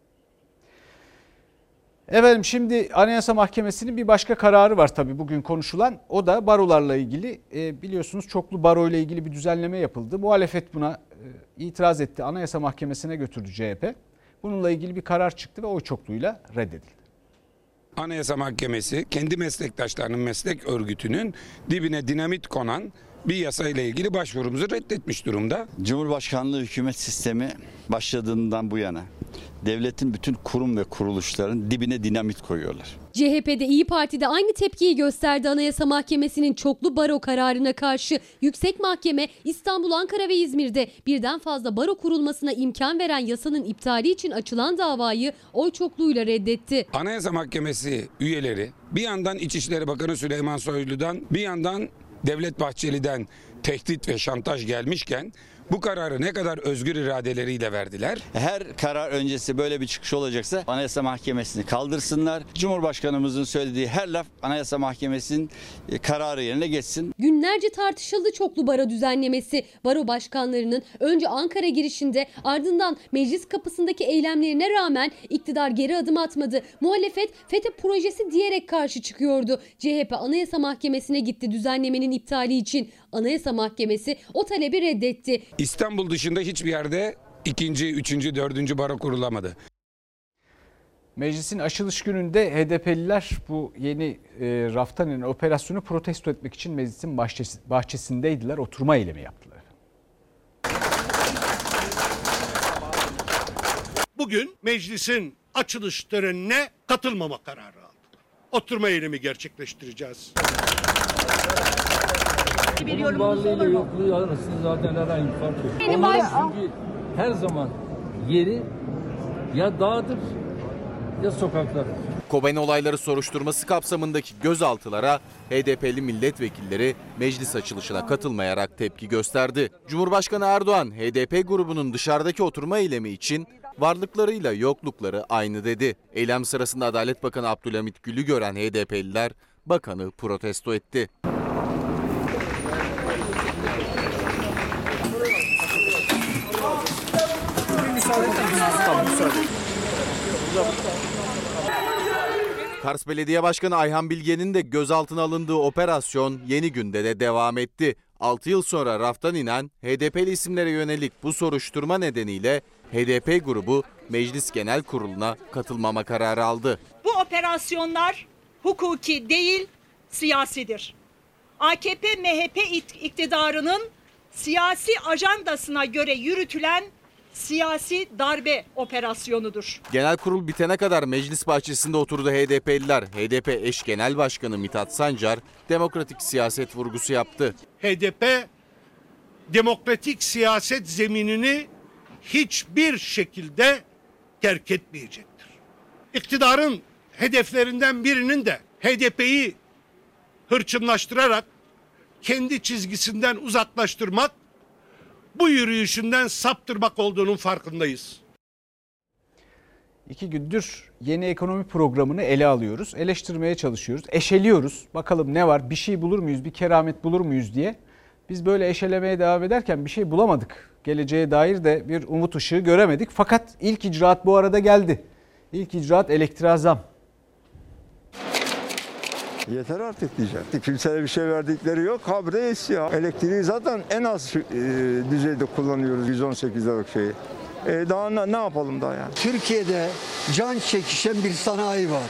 Efendim, şimdi Anayasa Mahkemesi'nin bir başka kararı var tabii bugün konuşulan. O da barolarla ilgili. E, biliyorsunuz çoklu baro ile ilgili bir düzenleme yapıldı. Muhalefet buna e, itiraz etti. Anayasa Mahkemesi'ne götürdü C H P. Bununla ilgili bir karar çıktı ve oy çokluğuyla reddedildi.
Anayasa Mahkemesi kendi meslektaşlarının meslek örgütünün dibine dinamit konan bir yasayla ilgili başvurumuzu reddetmiş durumda.
Cumhurbaşkanlığı hükümet sistemi başladığından bu yana devletin bütün kurum ve kuruluşların dibine dinamit koyuyorlar.
C H P'de İyi Parti'de aynı tepkiyi gösterdi Anayasa Mahkemesi'nin çoklu baro kararına karşı. Yüksek Mahkeme İstanbul, Ankara ve İzmir'de birden fazla baro kurulmasına imkan veren yasanın iptali için açılan davayı oy çokluğuyla reddetti.
Anayasa Mahkemesi üyeleri bir yandan İçişleri Bakanı Süleyman Soylu'dan, bir yandan Devlet Bahçeli'den tehdit ve şantaj gelmişken bu kararı ne kadar özgür iradeleriyle verdiler.
Her karar öncesi böyle bir çıkış olacaksa Anayasa Mahkemesi'ni kaldırsınlar. Cumhurbaşkanımızın söylediği her laf Anayasa Mahkemesi'nin kararı yerine geçsin.
Günlerce tartışıldı çoklu baro düzenlemesi. Baro başkanlarının önce Ankara girişinde, ardından meclis kapısındaki eylemlerine rağmen iktidar geri adım atmadı. Muhalefet FETÖ projesi diyerek karşı çıkıyordu. C H P Anayasa Mahkemesi'ne gitti düzenlemenin iptali için. Anayasa Mahkemesi o talebi reddetti.
İstanbul dışında hiçbir yerde ikinci, üçüncü, dördüncü baro kurulamadı.
Meclisin açılış gününde H D P'liler bu yeni e, raftan inen operasyonu protesto etmek için meclisin bahçesi, bahçesindeydiler. Oturma eylemi yaptılar.
Bugün meclisin açılış törenine katılmama kararı aldık. Oturma eylemi gerçekleştireceğiz.
Bunun varlığıyla yokluğu arasında zaten herhangi bir fark yok. Onların çünkü her zaman yeri ya dağdır ya sokaklar.
Kobani olayları soruşturması kapsamındaki gözaltılara H D P'li milletvekilleri meclis açılışına katılmayarak tepki gösterdi. Cumhurbaşkanı Erdoğan H D P grubunun dışarıdaki oturma eylemi için varlıklarıyla yoklukları aynı dedi. Eylem sırasında Adalet Bakanı Abdülhamit Gül'ü gören H D P'liler bakanı protesto etti. Kars Belediye Başkanı Ayhan Bilge'nin de gözaltına alındığı operasyon Yeni Gün'de de devam etti. altı yıl sonra raftan inen H D P'li isimlere yönelik bu soruşturma nedeniyle H D P grubu Meclis Genel Kurulu'na katılmama kararı aldı.
Bu operasyonlar hukuki değil,
siyasidir. A K P M H P iktidarının siyasi ajandasına göre yürütülen siyasi darbe operasyonudur.
Genel kurul bitene kadar meclis bahçesinde oturdu H D P'liler. H D P eş genel başkanı Mithat Sancar demokratik siyaset vurgusu yaptı.
H D P demokratik siyaset zeminini hiçbir şekilde terk etmeyecektir. İktidarın hedeflerinden birinin de H D P'yi hırçınlaştırarak kendi çizgisinden uzaklaştırmak, bu yürüyüşünden saptırmak olduğunun farkındayız.
İki gündür yeni ekonomi programını ele alıyoruz. Eleştirmeye çalışıyoruz. Eşeliyoruz. Bakalım ne var? Bir şey bulur muyuz? Bir keramet bulur muyuz diye. Biz böyle eşelemeye devam ederken bir şey bulamadık. Geleceğe dair de bir umut ışığı göremedik. Fakat ilk icraat bu arada geldi. İlk icraat elektriğe zam.
Yeter artık diyeceğim. Kimseye bir şey verdikleri yok. Habire ya. Elektriği zaten en az e, düzeyde kullanıyoruz. yüz on sekiz liralık şeyi. E, daha ne, ne yapalım daha yani?
Türkiye'de can çekişen bir sanayi var.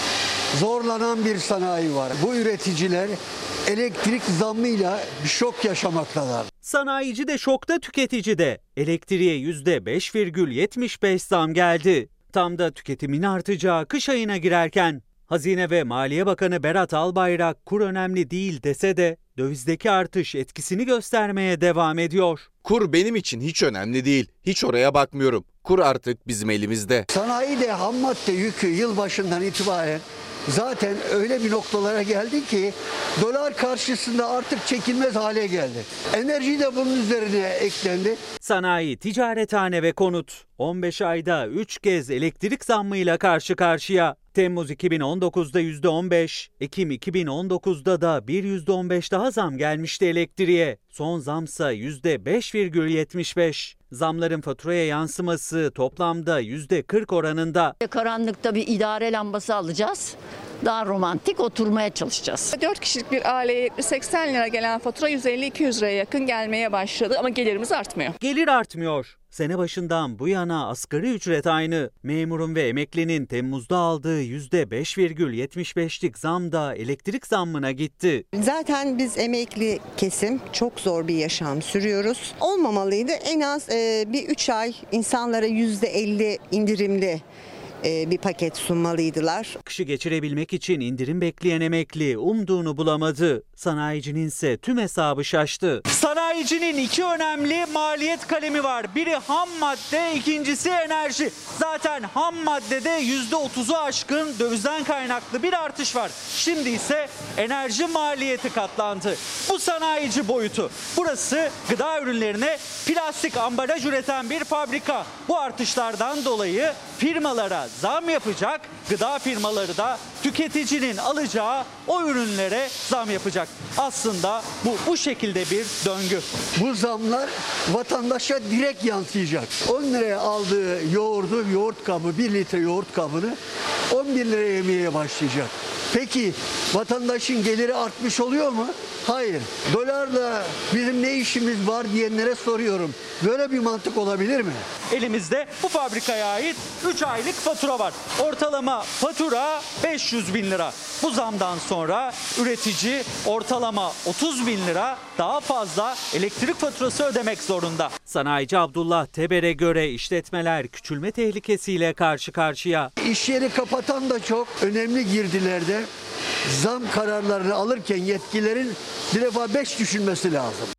Zorlanan bir sanayi var. Bu üreticiler elektrik zammıyla bir şok yaşamaktalar.
Sanayici de şokta, tüketici de. Elektriğe yüzde beş virgül yetmiş beş zam geldi. Tam da tüketimin artacağı kış ayına girerken. Hazine ve Maliye Bakanı Berat Albayrak kur önemli değil dese de dövizdeki artış etkisini göstermeye devam ediyor.
Kur benim için hiç önemli değil. Hiç oraya bakmıyorum. Kur artık bizim elimizde.
Sanayide ham madde yükü yılbaşından itibaren zaten öyle bir noktalara geldi ki dolar karşısında artık çekilmez hale geldi. Enerji de bunun üzerine eklendi.
Sanayi, ticarethane ve konut on beş ayda üç kez elektrik zammıyla karşı karşıya. Temmuz iki bin on dokuzda yüzde on beş, Ekim iki bin on dokuzda da bir yüzde on beş daha zam gelmişti elektriğe. Son zamsa yüzde beş virgül yetmiş beş. Zamların faturaya yansıması toplamda yüzde kırk oranında.
Karanlıkta bir idare lambası alacağız. Daha romantik oturmaya çalışacağız.
dört kişilik bir aileye yetmiş seksen lira gelen fatura yüz elli iki yüz liraya yakın gelmeye başladı ama gelirimiz artmıyor.
Gelir artmıyor. Sene başından bu yana asgari ücret aynı. Memurun ve emeklinin Temmuz'da aldığı yüzde beş virgül yetmiş beşlik zam da elektrik zammına gitti.
Zaten biz emekli kesim çok zor bir yaşam sürüyoruz. Olmamalıydı. En az e, bir üç ay insanlara yüzde elli indirimli bir paket sunmalıydılar.
Kışı geçirebilmek için indirim bekleyen emekli umduğunu bulamadı. Sanayicinin ise tüm hesabı şaştı. Sanayicinin iki önemli maliyet kalemi var. Biri ham madde, ikincisi enerji. Zaten ham maddede yüzde otuzu aşkın dövizden kaynaklı bir artış var. Şimdi ise enerji maliyeti katlandı. Bu sanayici boyutu. Burası gıda ürünlerine plastik ambalaj üreten bir fabrika. Bu artışlardan dolayı firmalara zam yapacak, gıda firmaları da tüketicinin alacağı o ürünlere zam yapacak. Aslında bu bu şekilde bir döngü.
Bu zamlar vatandaşa direkt yansıyacak. on liraya aldığı yoğurdu, yoğurt kabı, bir litre yoğurt kabını on bir liraya yemeye başlayacak. Peki vatandaşın geliri artmış oluyor mu? Hayır. Dolarla bizim ne işimiz var diyenlere soruyorum. Böyle bir mantık olabilir mi?
Elimizde bu fabrikaya ait üç aylık fatura var. Ortalama fatura beş yüz bin lira. Bu zamdan sonra üretici ortalama otuz bin lira daha fazla elektrik faturası ödemek zorunda. Sanayici Abdullah Teber'e göre işletmeler küçülme tehlikesiyle karşı karşıya.
İş yeri kapatan da çok önemli girdilerde zam kararlarını alırken yetkililerin bir defa beş düşünmesi lazım.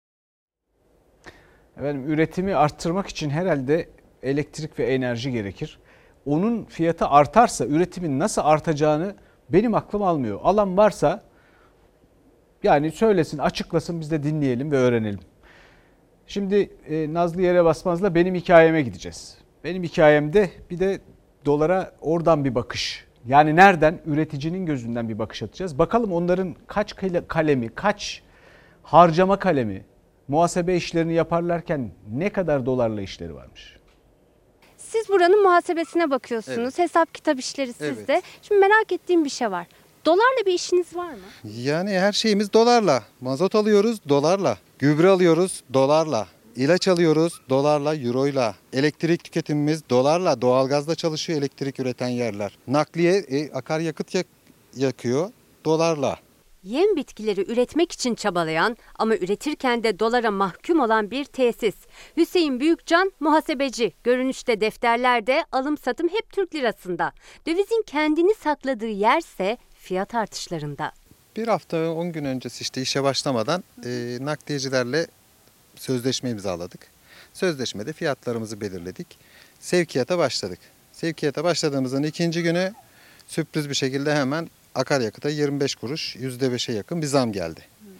Efendim, üretimi arttırmak için herhalde elektrik ve enerji gerekir. Onun fiyatı artarsa üretimin nasıl artacağını benim aklım almıyor. Alan varsa yani söylesin, açıklasın, biz de dinleyelim ve öğrenelim. Şimdi e, Nazlı Yere Basmaz'la benim hikayeme gideceğiz. Benim hikayemde bir de dolara oradan bir bakış. Yani nereden? Üreticinin gözünden bir bakış atacağız. Bakalım onların kaç kalemi, kaç harcama kalemi, muhasebe işlerini yaparlarken ne kadar dolarla işleri varmış.
Siz buranın muhasebesine bakıyorsunuz. Evet. Hesap kitap işleri sizde. Evet. Şimdi merak ettiğim bir şey var. Dolarla bir işiniz var mı?
Yani her şeyimiz dolarla. Mazot alıyoruz dolarla. Gübre alıyoruz dolarla. İlaç alıyoruz dolarla, euroyla. Elektrik tüketimimiz dolarla. Doğalgazla çalışıyor elektrik üreten yerler. Nakliye e, akaryakıt yak, yakıyor dolarla.
Yem bitkileri üretmek için çabalayan ama üretirken de dolara mahkum olan bir tesis. Hüseyin Büyükcan muhasebeci. Görünüşte defterlerde alım satım hep Türk lirasında. Dövizin kendini sakladığı yerse fiyat artışlarında.
Bir hafta on gün öncesi işte işe başlamadan e, nakliyecilerle sözleşme imzaladık. Sözleşmede fiyatlarımızı belirledik. Sevkiyata başladık. Sevkiyata başladığımızın ikinci günü sürpriz bir şekilde hemen akaryakıta yirmi beş kuruş yüzde beşe yakın bir zam geldi.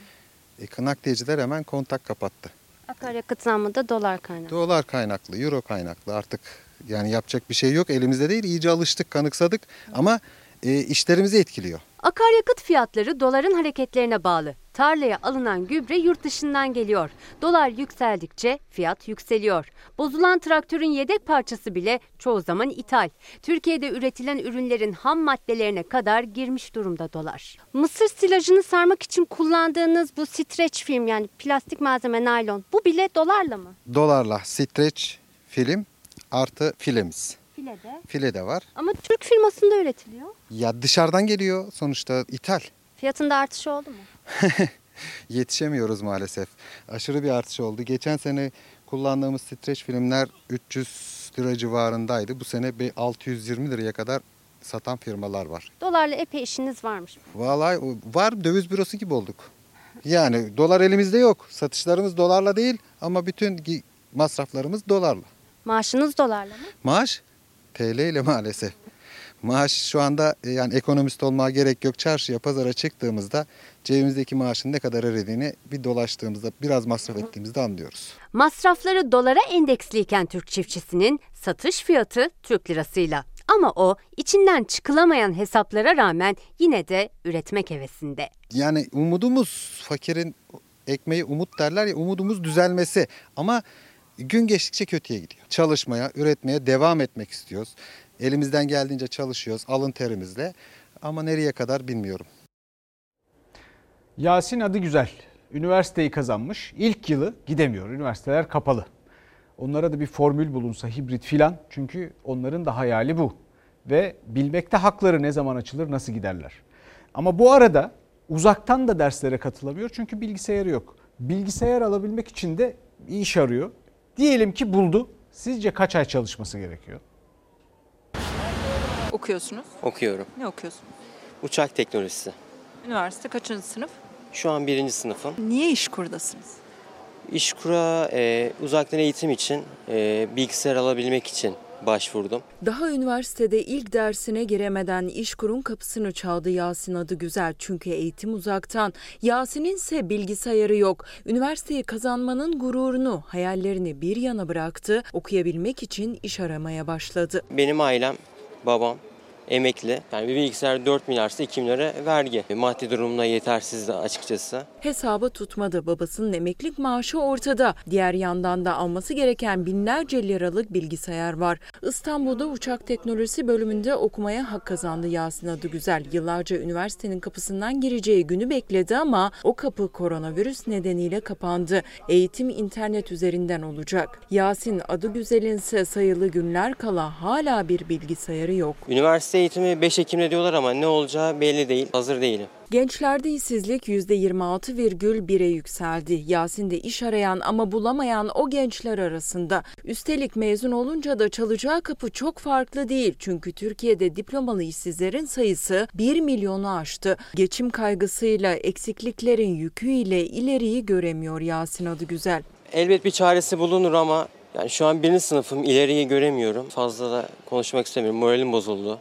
E, nakliyeciler hemen kontak kapattı.
Akaryakıt zammı da dolar kaynaklı.
Dolar kaynaklı, euro kaynaklı artık yani yapacak bir şey yok elimizde değil. İyice alıştık, kanıksadık ama e, işlerimizi etkiliyor.
Akaryakıt fiyatları doların hareketlerine bağlı. Tarlaya alınan gübre yurt dışından geliyor. Dolar yükseldikçe fiyat yükseliyor. Bozulan traktörün yedek parçası bile çoğu zaman ithal. Türkiye'de üretilen ürünlerin ham maddelerine kadar girmiş durumda dolar.
Mısır silajını sarmak için kullandığınız bu streç film yani plastik malzeme naylon bu bile dolarla mı?
Dolarla streç film artı filemiz.
Filede.
File de var.
Ama Türk firmasında üretiliyor.
Ya dışarıdan geliyor sonuçta ithal.
Fiyatında artış oldu mu?
Yetişemiyoruz maalesef. Aşırı bir artış oldu. Geçen sene kullandığımız streç filmler üç yüz lira civarındaydı. Bu sene altı yüz yirmi liraya kadar satan firmalar var.
Dolarla epey işiniz varmış.
Vallahi var, döviz bürosu gibi olduk. Yani dolar elimizde yok. Satışlarımız dolarla değil ama bütün masraflarımız dolarla.
Maaşınız dolarla mı?
Maaş T L ile maalesef. Maaş şu anda yani ekonomist olmaya gerek yok. Çarşıya, pazara çıktığımızda cebimizdeki maaşın ne kadar eridiğini bir dolaştığımızda, biraz masraf ettiğimizde anlıyoruz.
Masrafları dolara endeksliyken Türk çiftçisinin satış fiyatı Türk lirasıyla. Ama o içinden çıkılamayan hesaplara rağmen yine de üretmek hevesinde.
Yani umudumuz fakirin ekmeği umut derler ya, umudumuz düzelmesi ama gün geçtikçe kötüye gidiyor. Çalışmaya, üretmeye devam etmek istiyoruz. Elimizden geldiğince çalışıyoruz alın terimizle ama nereye kadar bilmiyorum.
Yasin adı güzel. Üniversiteyi kazanmış. İlk yılı gidemiyor. Üniversiteler kapalı. Onlara da bir formül bulunsa hibrit filan. Çünkü onların da hayali bu. Ve bilmekte hakları ne zaman açılır, nasıl giderler. Ama bu arada uzaktan da derslere katılamıyor. Çünkü bilgisayarı yok. Bilgisayar alabilmek için de iş arıyor. Diyelim ki buldu. Sizce kaç ay çalışması gerekiyor?
Okuyorsunuz?
Okuyorum.
Ne okuyorsunuz?
Uçak teknolojisi.
Üniversite kaçıncı sınıf?
Şu an birinci sınıfım.
Niye İşkur'dasınız?
İşkur'a e, uzaktan eğitim için, e, bilgisayar alabilmek için başvurdum.
Daha üniversitede ilk dersine giremeden İşkur'un kapısını çaldı Yasin adı güzel. Çünkü eğitim uzaktan. Yasin'in ise bilgisayarı yok. Üniversiteyi kazanmanın gururunu, hayallerini bir yana bıraktı. Okuyabilmek için iş aramaya başladı.
Benim ailem, babam emekli. Yani bir bilgisayar dört milyarsa iki milyara vergi. Maddi durumuna yetersizdi açıkçası.
Hesabı tutmadı. Babasının emeklilik maaşı ortada. Diğer yandan da alması gereken binlerce liralık bilgisayar var. İstanbul'da uçak teknolojisi bölümünde okumaya hak kazandı Yasin adı güzel. Yıllarca üniversitenin kapısından gireceği günü bekledi ama o kapı koronavirüs nedeniyle kapandı. Eğitim internet üzerinden olacak. Yasin adı güzelin ise sayılı günler kala hala bir bilgisayarı yok.
Üniversite eğitimi beş Ekim'de diyorlar ama ne olacağı belli değil. Hazır değilim.
Gençlerde işsizlik yüzde yirmi altı virgül bire yükseldi. Yasin de iş arayan ama bulamayan o gençler arasında. Üstelik mezun olunca da çalacağı kapı çok farklı değil. Çünkü Türkiye'de diplomalı işsizlerin sayısı bir milyonu aştı. Geçim kaygısıyla, eksikliklerin yüküyle ileriyi göremiyor Yasin adı güzel.
Elbet bir çaresi bulunur ama yani şu an birinci sınıfım, ileriyi göremiyorum. Fazla da konuşmak istemiyorum. Moralim bozuldu.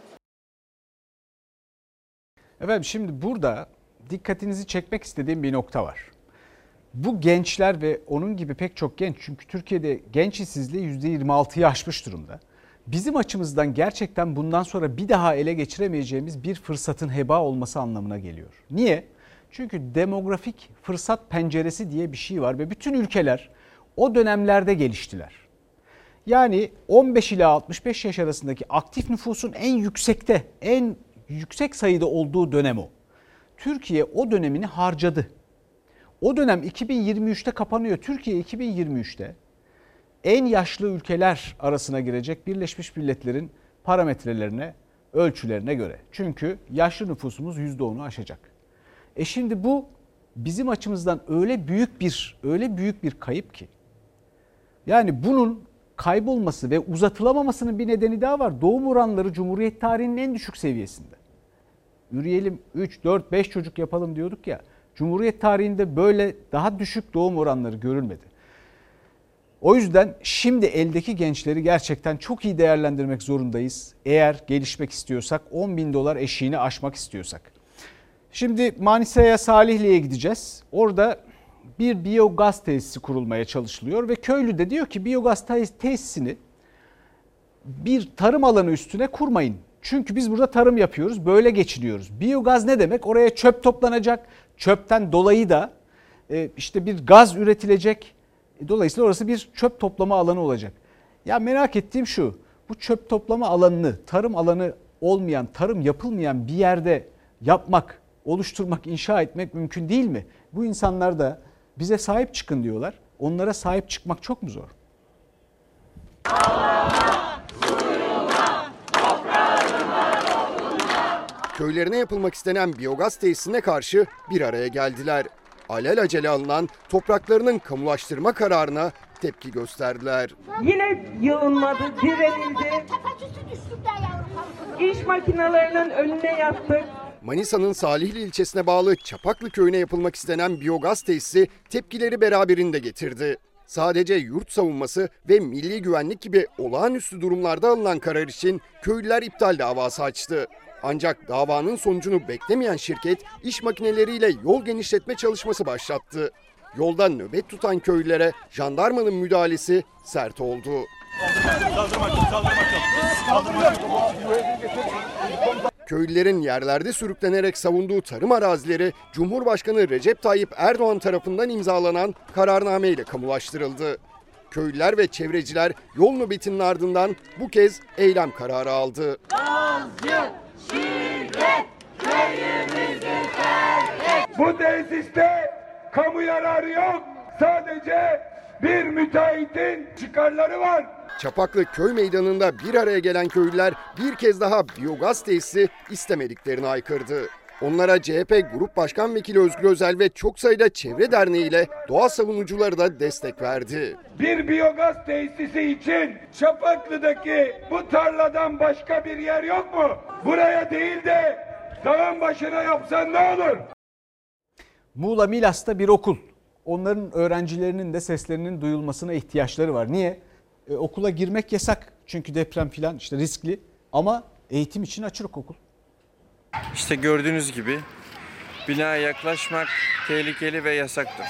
Efendim şimdi burada dikkatinizi çekmek istediğim bir nokta var. Bu gençler ve onun gibi pek çok genç, çünkü Türkiye'de genç işsizliği yüzde yirmi altıyı aşmış durumda. Bizim açımızdan gerçekten bundan sonra bir daha ele geçiremeyeceğimiz bir fırsatın heba olması anlamına geliyor. Niye? Çünkü demografik fırsat penceresi diye bir şey var ve bütün ülkeler o dönemlerde geliştiler. Yani on beş ila altmış beş yaş arasındaki aktif nüfusun en yüksekte, en yüksek sayıda olduğu dönem o. Türkiye o dönemini harcadı. O dönem iki bin yirmi üçte kapanıyor. Türkiye iki bin yirmi üçte en yaşlı ülkeler arasına girecek Birleşmiş Milletler'in parametrelerine, ölçülerine göre. Çünkü yaşlı nüfusumuz yüzde onu aşacak. E şimdi bu bizim açımızdan öyle büyük bir öyle büyük bir kayıp ki. Yani bunun kaybolması ve uzatılamamasının bir nedeni daha var. Doğum oranları Cumhuriyet tarihinin en düşük seviyesinde. Yürüyelim üç, dört, beş çocuk yapalım diyorduk ya. Cumhuriyet tarihinde böyle daha düşük doğum oranları görülmedi. O yüzden şimdi eldeki gençleri gerçekten çok iyi değerlendirmek zorundayız. Eğer gelişmek istiyorsak, on bin dolar eşiğini aşmak istiyorsak. Şimdi Manisa'ya, Salihli'ye gideceğiz. Orada bir biyogaz tesisi kurulmaya çalışılıyor ve köylü de diyor ki biyogaz tesisini bir tarım alanı üstüne kurmayın. Çünkü biz burada tarım yapıyoruz, böyle geçiniyoruz. Biyogaz ne demek? Oraya çöp toplanacak, çöpten dolayı da işte bir gaz üretilecek. Dolayısıyla orası bir çöp toplama alanı olacak. Ya merak ettiğim şu, bu çöp toplama alanını tarım alanı olmayan, tarım yapılmayan bir yerde yapmak, oluşturmak, inşa etmek mümkün değil mi? Bu insanlar da bize sahip çıkın diyorlar. Onlara sahip çıkmak çok mu zor?
Köylerine yapılmak istenen biyogaz tesisine karşı bir araya geldiler. Alelacele alınan topraklarının kamulaştırma kararına tepki gösterdiler.
Yine yığılmadı, direnildi. İş makinelerinin önüne yattık.
Manisa'nın Salihli ilçesine bağlı Çapaklı köyüne yapılmak istenen biyogaz tesisi tepkileri beraberinde getirdi. Sadece yurt savunması ve milli güvenlik gibi olağanüstü durumlarda alınan karar için köylüler iptal davası açtı. Ancak davanın sonucunu beklemeyen şirket iş makineleriyle yol genişletme çalışması başlattı. Yolda nöbet tutan köylülere jandarmanın müdahalesi sert oldu. Köylülerin yerlerde sürüklenerek savunduğu tarım arazileri Cumhurbaşkanı Recep Tayyip Erdoğan tarafından imzalanan kararname ile kamulaştırıldı. Köylüler ve çevreciler yol nöbetinin ardından bu kez eylem kararı aldı.
Gazcı, şirket, bu tesiste kamu yararı yok. Sadece bir müteahhitin çıkarları var.
Çapaklı köy meydanında bir araya gelen köylüler bir kez daha biyogaz tesisi istemediklerini haykırdı. Onlara C H P Grup Başkan Vekili Özgür Özel ve çok sayıda çevre derneği ile doğa savunucuları da destek verdi.
Bir biyogaz tesisi için Çapaklı'daki bu tarladan başka bir yer yok mu? Buraya değil de dağın başına yapsan ne olur?
Muğla Milas'ta bir okul. Onların öğrencilerinin de seslerinin duyulmasına ihtiyaçları var. Niye? Ee, okula girmek yasak. Çünkü deprem falan işte riskli. Ama eğitim için açık okul.
İşte gördüğünüz gibi binaya yaklaşmak tehlikeli ve yasaktır.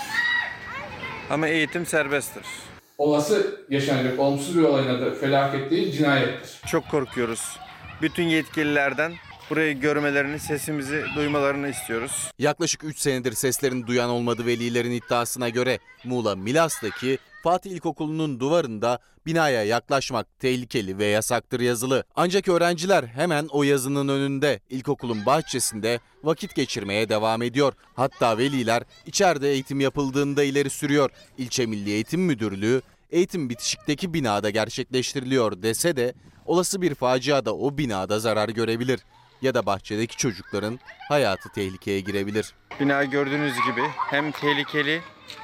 Ama eğitim serbesttir.
Olası yaşanacak olumsuz bir olayın adı felaket değil, cinayettir.
Çok korkuyoruz. Bütün yetkililerden burayı görmelerini, sesimizi duymalarını istiyoruz.
Yaklaşık üç senedir seslerini duyan olmadı velilerin iddiasına göre Muğla Milas'taki Fatih İlkokulu'nun duvarında binaya yaklaşmak tehlikeli ve yasaktır yazılı. Ancak öğrenciler hemen o yazının önünde ilkokulun bahçesinde vakit geçirmeye devam ediyor. Hatta veliler içeride eğitim yapıldığında ileri sürüyor. İlçe Milli Eğitim Müdürlüğü eğitim bitişikteki binada gerçekleştiriliyor dese de olası bir faciada o binada zarar görebilir. Ya da bahçedeki çocukların hayatı tehlikeye girebilir.
Bina gördüğünüz gibi hem tehlikeli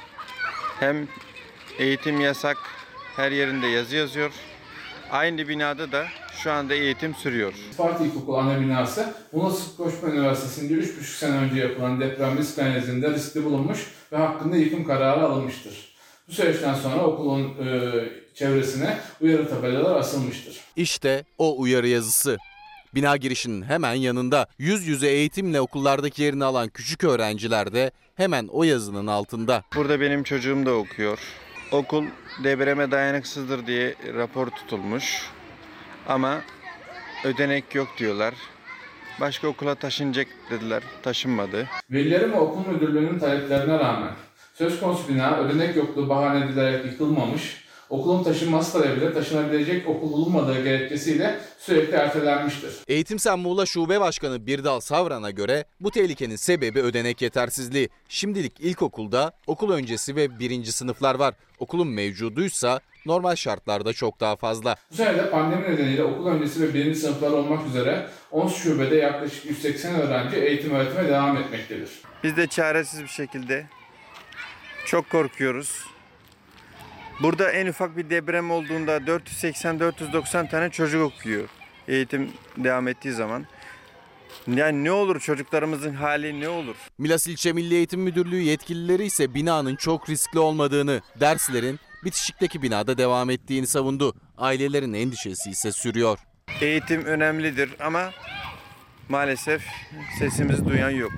hem eğitim yasak, her yerinde yazı yazıyor. Aynı binada da şu anda eğitim sürüyor.
Fatih İlkokulu ana binası Muğla Koçman Üniversitesi'nde üç buçuk sene önce yapılan deprem risk analizinde riskli bulunmuş ve hakkında yıkım kararı alınmıştır. Bu süreçten sonra okulun e, çevresine uyarı tabelalar asılmıştır.
İşte o uyarı yazısı. Bina girişinin hemen yanında yüz yüze eğitimle okullardaki yerini alan küçük öğrenciler de hemen o yazının altında.
Burada benim çocuğum da okuyor. Okul depreme dayanıksızdır diye rapor tutulmuş ama ödenek yok diyorlar. Başka okula taşınacak dediler, taşınmadı.
Velilerin ve okul müdürlüğünün taleplerine rağmen söz konusu bina ödenek yokluğu bahane edilerek yıkılmamış, okulun taşınması talebiyle taşınabilecek okul bulunmadığı gerekçesiyle sürekli ertelenmiştir.
Eğitimsen Muğla Şube Başkanı Birdal Savran'a göre bu tehlikenin sebebi ödenek yetersizliği. Şimdilik ilkokulda okul öncesi ve birinci sınıflar var. Okulun mevcuduysa normal şartlarda çok daha fazla.
Bu sene de pandemi nedeniyle okul öncesi ve birinci sınıflar olmak üzere on şubede yaklaşık yüz seksen öğrenci eğitim öğretime devam etmektedir.
Biz de çaresiz bir şekilde çok korkuyoruz. Burada en ufak bir deprem olduğunda dört yüz seksen dört yüz doksan tane çocuk okuyor eğitim devam ettiği zaman. Yani ne olur, çocuklarımızın hali ne olur?
Milas İlçe Milli Eğitim Müdürlüğü yetkilileri ise binanın çok riskli olmadığını, derslerin bitişikteki binada devam ettiğini savundu. Ailelerin endişesi ise sürüyor.
Eğitim önemlidir ama maalesef sesimizi duyan yok.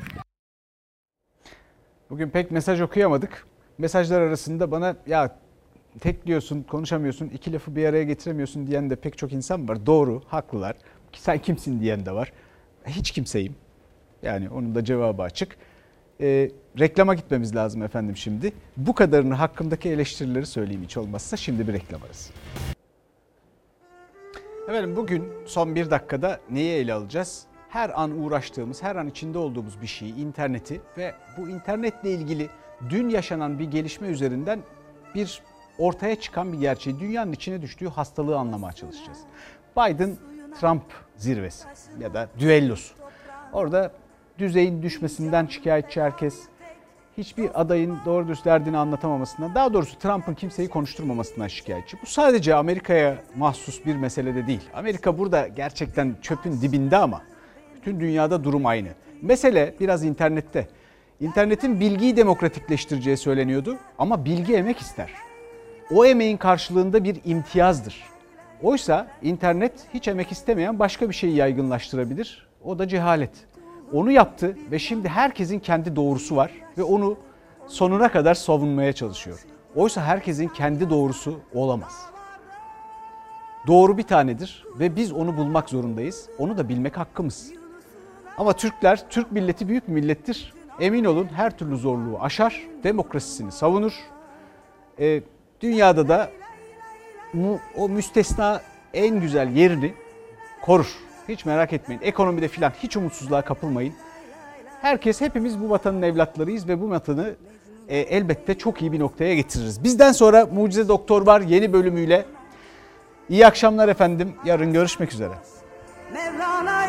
Bugün pek mesaj okuyamadık. Mesajlar arasında bana ya tek diyorsun, konuşamıyorsun, iki lafı bir araya getiremiyorsun diyen de pek çok insan var. Doğru, haklılar. Sen kimsin diyen de var. Hiç kimseyim. Yani onun da cevabı açık. E, reklama gitmemiz lazım efendim şimdi. Bu kadarını hakkımdaki eleştirileri söyleyeyim hiç olmazsa. Şimdi bir reklam arası. Efendim bugün son bir dakikada neyi ele alacağız? Her an uğraştığımız, her an içinde olduğumuz bir şeyi, interneti ve bu internetle ilgili dün yaşanan bir gelişme üzerinden bir ortaya çıkan bir gerçeği, dünyanın içine düştüğü hastalığı anlamaya çalışacağız. Biden-Trump zirvesi ya da düellosu. Orada düzeyin düşmesinden şikayetçi herkes, hiçbir adayın doğru dürüst derdini anlatamamasından, daha doğrusu Trump'ın kimseyi konuşturmamasından şikayetçi. Bu sadece Amerika'ya mahsus bir mesele de değil. Amerika burada gerçekten çöpün dibinde ama bütün dünyada durum aynı. Mesele biraz internette. İnternetin bilgiyi demokratikleştireceği söyleniyordu ama bilgi emek ister. O emeğin karşılığında bir imtiyazdır. Oysa internet hiç emek istemeyen başka bir şeyi yaygınlaştırabilir. O da cehalet. Onu yaptı ve şimdi herkesin kendi doğrusu var ve onu sonuna kadar savunmaya çalışıyor. Oysa herkesin kendi doğrusu olamaz. Doğru bir tanedir ve biz onu bulmak zorundayız. Onu da bilmek hakkımız. Ama Türkler, Türk milleti büyük bir millettir. Emin olun her türlü zorluğu aşar, demokrasisini savunur. E, dünyada da mu, o müstesna en güzel yerini korur. Hiç merak etmeyin. Ekonomide filan hiç umutsuzluğa kapılmayın. Herkes, hepimiz bu vatanın evlatlarıyız ve bu vatanı e, elbette çok iyi bir noktaya getiririz. Bizden sonra Mucize Doktor var yeni bölümüyle. İyi akşamlar efendim. Yarın görüşmek üzere.